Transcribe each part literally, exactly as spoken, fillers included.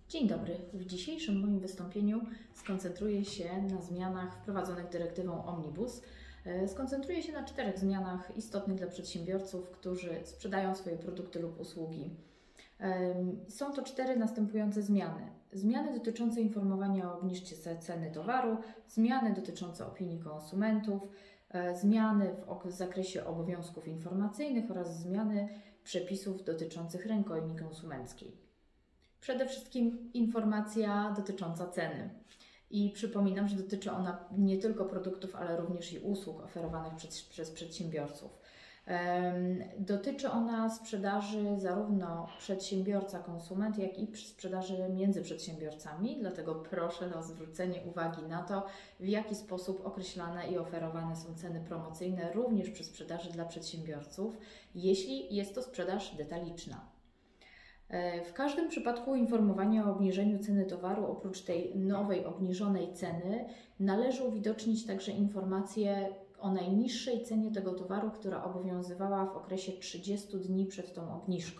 Dzień dobry. W dzisiejszym moim wystąpieniu skoncentruję się na zmianach wprowadzonych dyrektywą Omnibus. Skoncentruję się na czterech zmianach istotnych dla przedsiębiorców, którzy sprzedają swoje produkty lub usługi. Są to cztery następujące zmiany. Zmiany dotyczące informowania o obniżce ceny towaru, zmiany dotyczące opinii konsumentów, zmiany w zakresie obowiązków informacyjnych oraz zmiany przepisów dotyczących rękojmi konsumenckiej. Przede wszystkim informacja dotycząca ceny. I przypominam, że dotyczy ona nie tylko produktów, ale również i usług oferowanych przez, przez przedsiębiorców. Dotyczy ona sprzedaży zarówno przedsiębiorca-konsument, jak i sprzedaży między przedsiębiorcami, dlatego proszę o zwrócenie uwagi na to, w jaki sposób określane i oferowane są ceny promocyjne również przy sprzedaży dla przedsiębiorców, jeśli jest to sprzedaż detaliczna. W każdym przypadku informowania o obniżeniu ceny towaru, oprócz tej nowej obniżonej ceny, należy uwidocznić także informację o najniższej cenie tego towaru, która obowiązywała w okresie trzydziestu dni przed tą obniżką.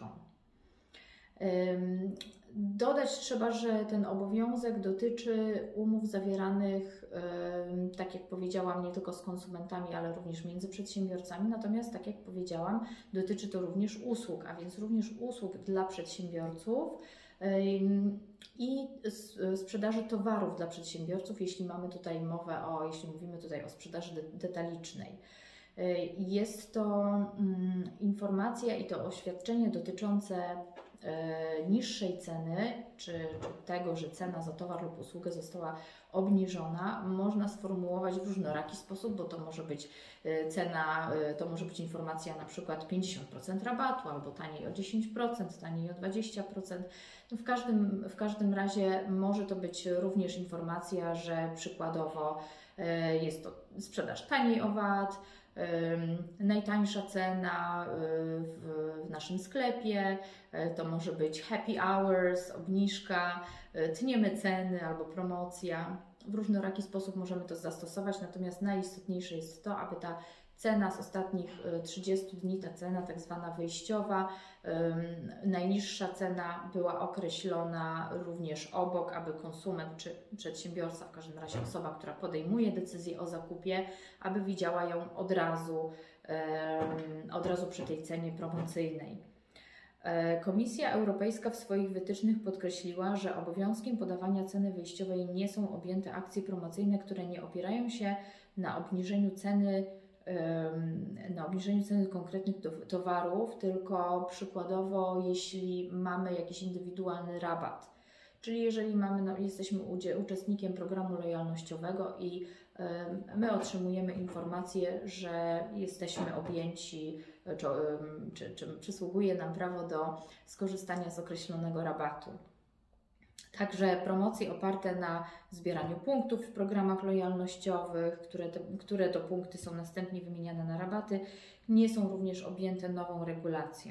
Dodać trzeba, że ten obowiązek dotyczy umów zawieranych, tak jak powiedziałam, nie tylko z konsumentami, ale również między przedsiębiorcami. Natomiast, tak jak powiedziałam, dotyczy to również usług, a więc również usług dla przedsiębiorców i sprzedaży towarów dla przedsiębiorców, jeśli mamy tutaj mowę o, jeśli mówimy tutaj o sprzedaży detalicznej. Jest to informacja i to oświadczenie dotyczące niższej ceny, czy, czy tego, że cena za towar lub usługę została obniżona, można sformułować w różnoraki sposób, bo to może być cena, to może być informacja na przykład pięćdziesiąt procent rabatu, albo taniej o dziesięć procent, taniej o dwadzieścia procent. No w, każdym, w każdym razie może to być również informacja, że przykładowo jest to sprzedaż taniej o V A T, najtańsza cena w, w naszym sklepie, to może być happy hours, obniżka, tniemy ceny albo promocja. W różnoraki sposób możemy to zastosować, natomiast najistotniejsze jest to, aby ta cena z ostatnich trzydziestu dni, ta cena tak zwana wyjściowa, najniższa cena była określona również obok, aby konsument czy przedsiębiorca, w każdym razie osoba, która podejmuje decyzję o zakupie, aby widziała ją od razu, od razu przy tej cenie promocyjnej. Komisja Europejska w swoich wytycznych podkreśliła, że obowiązkiem podawania ceny wyjściowej nie są objęte akcje promocyjne, które nie opierają się na obniżeniu ceny na obniżeniu ceny konkretnych towarów, tylko przykładowo jeśli mamy jakiś indywidualny rabat. Czyli jeżeli mamy, no, jesteśmy uczestnikiem programu lojalnościowego i my otrzymujemy informację, że jesteśmy objęci, czy, czy, czy przysługuje nam prawo do skorzystania z określonego rabatu. Także promocje oparte na zbieraniu punktów w programach lojalnościowych, które, te, które to punkty są następnie wymieniane na rabaty, nie są również objęte nową regulacją.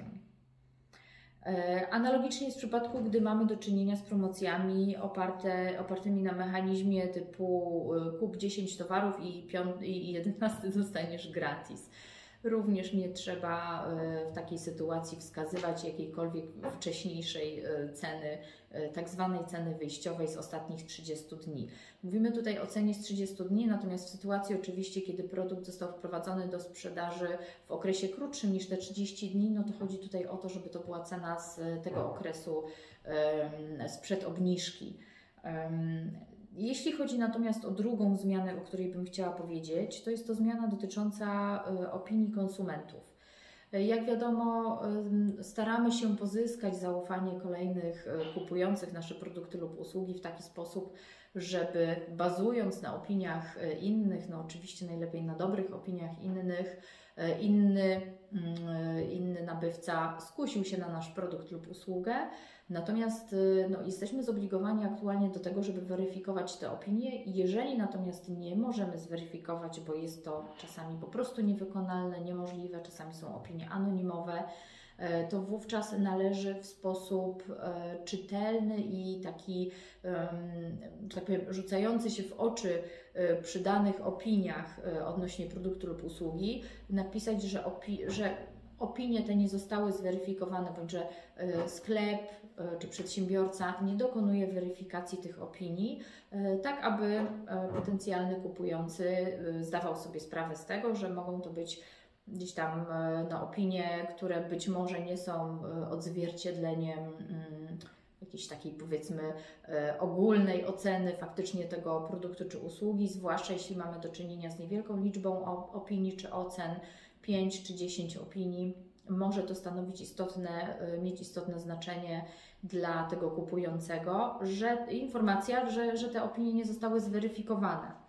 Analogicznie jest w przypadku, gdy mamy do czynienia z promocjami oparte, opartymi na mechanizmie typu kup dziesięć towarów i, piąt, i jedenasty dostaniesz gratis. Również nie trzeba w takiej sytuacji wskazywać jakiejkolwiek wcześniejszej ceny, tak zwanej ceny wyjściowej z ostatnich trzydziestu dni. Mówimy tutaj o cenie z trzydziestu dni, natomiast w sytuacji oczywiście, kiedy produkt został wprowadzony do sprzedaży w okresie krótszym niż te trzydzieści dni, no to chodzi tutaj o to, żeby to była cena z tego okresu sprzed obniżki. Jeśli chodzi natomiast o drugą zmianę, o której bym chciała powiedzieć, to jest to zmiana dotycząca opinii konsumentów. Jak wiadomo, staramy się pozyskać zaufanie kolejnych kupujących nasze produkty lub usługi w taki sposób, żeby bazując na opiniach innych, no oczywiście najlepiej na dobrych opiniach innych, inny, inny nabywca skusił się na nasz produkt lub usługę. Natomiast no, jesteśmy zobligowani aktualnie do tego, żeby weryfikować te opinie. Jeżeli natomiast nie możemy zweryfikować, bo jest to czasami po prostu niewykonalne, niemożliwe, czasami są opinie anonimowe, to wówczas należy w sposób czytelny i taki, że tak powiem, rzucający się w oczy przy danych opiniach odnośnie produktu lub usługi napisać, że, opi że opinie te nie zostały zweryfikowane, bądź że sklep czy przedsiębiorca nie dokonuje weryfikacji tych opinii, tak aby potencjalny kupujący zdawał sobie sprawę z tego, że mogą to być gdzieś tam no, opinie, które być może nie są odzwierciedleniem jakiejś takiej, powiedzmy, ogólnej oceny faktycznie tego produktu czy usługi, zwłaszcza jeśli mamy do czynienia z niewielką liczbą opinii czy ocen, pięć czy dziesięć opinii. Może to stanowić istotne, mieć istotne znaczenie dla tego kupującego, że informacja, że, że te opinie nie zostały zweryfikowane.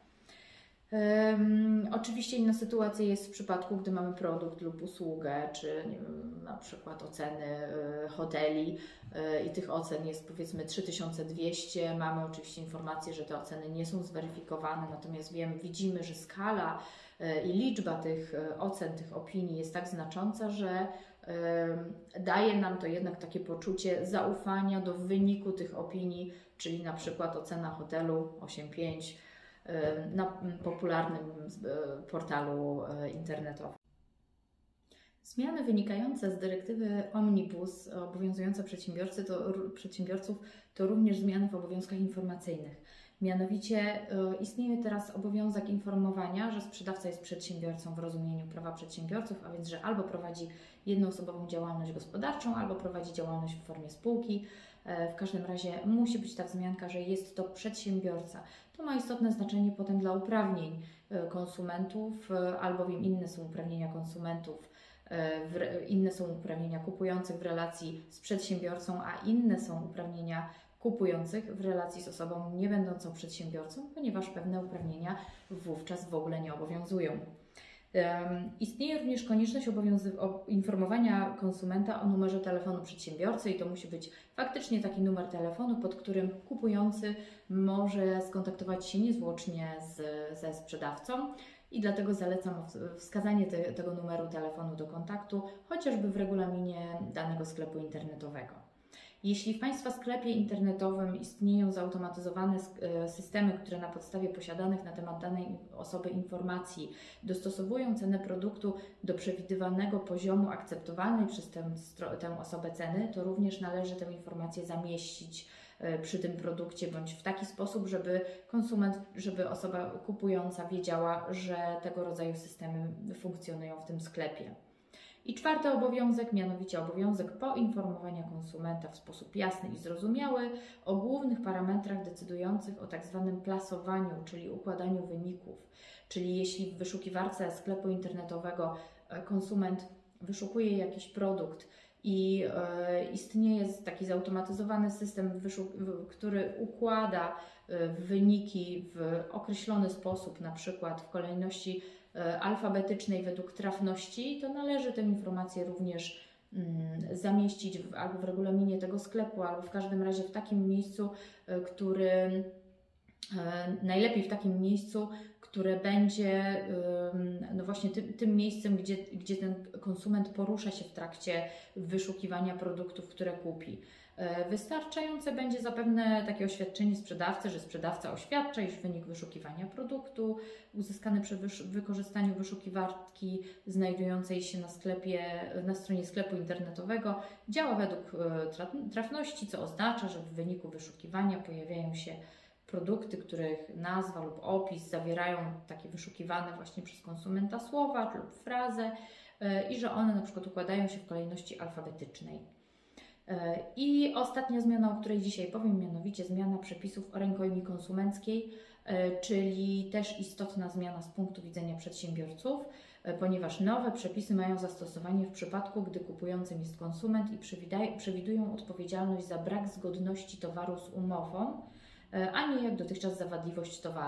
Um, oczywiście inna sytuacja jest w przypadku, gdy mamy produkt lub usługę, czy nie wiem, na przykład oceny y, hoteli y, i tych ocen jest powiedzmy trzy tysiące dwieście. Mamy oczywiście informację, że te oceny nie są zweryfikowane, natomiast wiem, widzimy, że skala y, i liczba tych y, ocen, tych opinii jest tak znacząca, że y, daje nam to jednak takie poczucie zaufania do wyniku tych opinii, czyli na przykład ocena hotelu osiem pięć na popularnym portalu internetowym. Zmiany wynikające z dyrektywy Omnibus obowiązujące przedsiębiorcy to, przedsiębiorców to również zmiany w obowiązkach informacyjnych. Mianowicie istnieje teraz obowiązek informowania, że sprzedawca jest przedsiębiorcą w rozumieniu prawa przedsiębiorców, a więc, że albo prowadzi jednoosobową działalność gospodarczą, albo prowadzi działalność w formie spółki. W każdym razie musi być ta wzmianka, że jest to przedsiębiorca. To ma istotne znaczenie potem dla uprawnień konsumentów, albowiem inne są uprawnienia konsumentów, inne są uprawnienia kupujących w relacji z przedsiębiorcą, a inne są uprawnienia kupujących w relacji z osobą nie będącą przedsiębiorcą, ponieważ pewne uprawnienia wówczas w ogóle nie obowiązują. Um, istnieje również konieczność informowania konsumenta o numerze telefonu przedsiębiorcy i to musi być faktycznie taki numer telefonu, pod którym kupujący może skontaktować się niezwłocznie z, ze sprzedawcą i dlatego zalecam wskazanie te, tego numeru telefonu do kontaktu, chociażby w regulaminie danego sklepu internetowego. Jeśli w Państwa sklepie internetowym istnieją zautomatyzowane systemy, które na podstawie posiadanych na temat danej osoby informacji dostosowują cenę produktu do przewidywanego poziomu akceptowalnej przez tę, tę osobę ceny, to również należy tę informację zamieścić przy tym produkcie, bądź w taki sposób, żeby konsument, żeby osoba kupująca wiedziała, że tego rodzaju systemy funkcjonują w tym sklepie. I czwarty obowiązek, mianowicie obowiązek poinformowania konsumenta w sposób jasny i zrozumiały o głównych parametrach decydujących o tak zwanym plasowaniu, czyli układaniu wyników. Czyli jeśli w wyszukiwarce sklepu internetowego konsument wyszukuje jakiś produkt i e, istnieje taki zautomatyzowany system, który układa e, wyniki w określony sposób, na przykład w kolejności alfabetycznej według trafności, to należy tę informację również mm, zamieścić w, albo w regulaminie tego sklepu, albo w każdym razie w takim miejscu, który e, najlepiej w takim miejscu, które będzie no właśnie tym, tym miejscem, gdzie, gdzie ten konsument porusza się w trakcie wyszukiwania produktów, które kupi. Wystarczające będzie zapewne takie oświadczenie sprzedawcy, że sprzedawca oświadcza, iż wynik wyszukiwania produktu uzyskany przy wykorzystaniu wyszukiwarki znajdującej się na sklepie, na stronie sklepu internetowego działa według trafności, co oznacza, że w wyniku wyszukiwania pojawiają się produkty, których nazwa lub opis zawierają takie wyszukiwane właśnie przez konsumenta słowa lub frazę i że one na przykład układają się w kolejności alfabetycznej. I ostatnia zmiana, o której dzisiaj powiem, mianowicie zmiana przepisów o rękojmi konsumenckiej, czyli też istotna zmiana z punktu widzenia przedsiębiorców, ponieważ nowe przepisy mają zastosowanie w przypadku, gdy kupującym jest konsument i przewidują odpowiedzialność za brak zgodności towaru z umową, a nie jak dotychczas za wadliwość towaru.